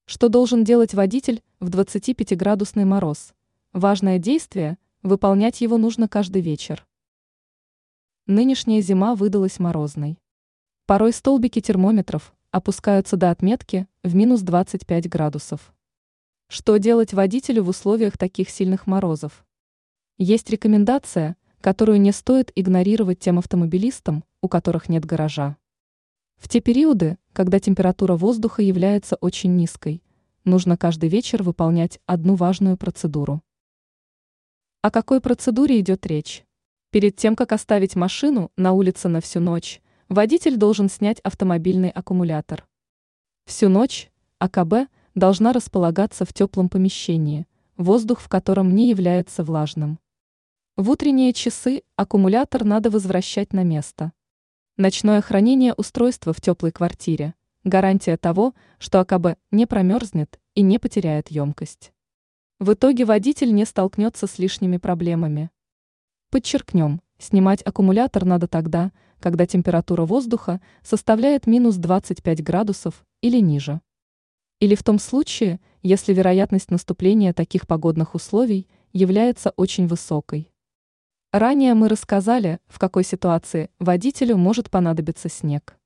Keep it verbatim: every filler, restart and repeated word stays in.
Что должен делать водитель в двадцатипятиградусный мороз? Важное действие – выполнять его нужно каждый вечер. Нынешняя зима выдалась морозной. Порой столбики термометров опускаются до отметки в минус двадцать пять градусов. Что делать водителю в условиях таких сильных морозов? Есть рекомендация, которую не стоит игнорировать тем автомобилистам, у которых нет гаража. В те периоды, когда температура воздуха является очень низкой, нужно каждый вечер выполнять одну важную процедуру. О какой процедуре идет речь? Перед тем, как оставить машину на улице на всю ночь, водитель должен снять автомобильный аккумулятор. Всю ночь АКБ должна располагаться в теплом помещении, воздух в котором не является влажным. В утренние часы аккумулятор надо возвращать на место. Ночное хранение устройства в теплой квартире – гарантия того, что АКБ не промерзнет и не потеряет емкость. В итоге водитель не столкнется с лишними проблемами. Подчеркнем, снимать аккумулятор надо тогда, когда температура воздуха составляет минус двадцать пять градусов или ниже. Или в том случае, если вероятность наступления таких погодных условий является очень высокой. Ранее мы рассказали, в какой ситуации водителю может понадобиться снег.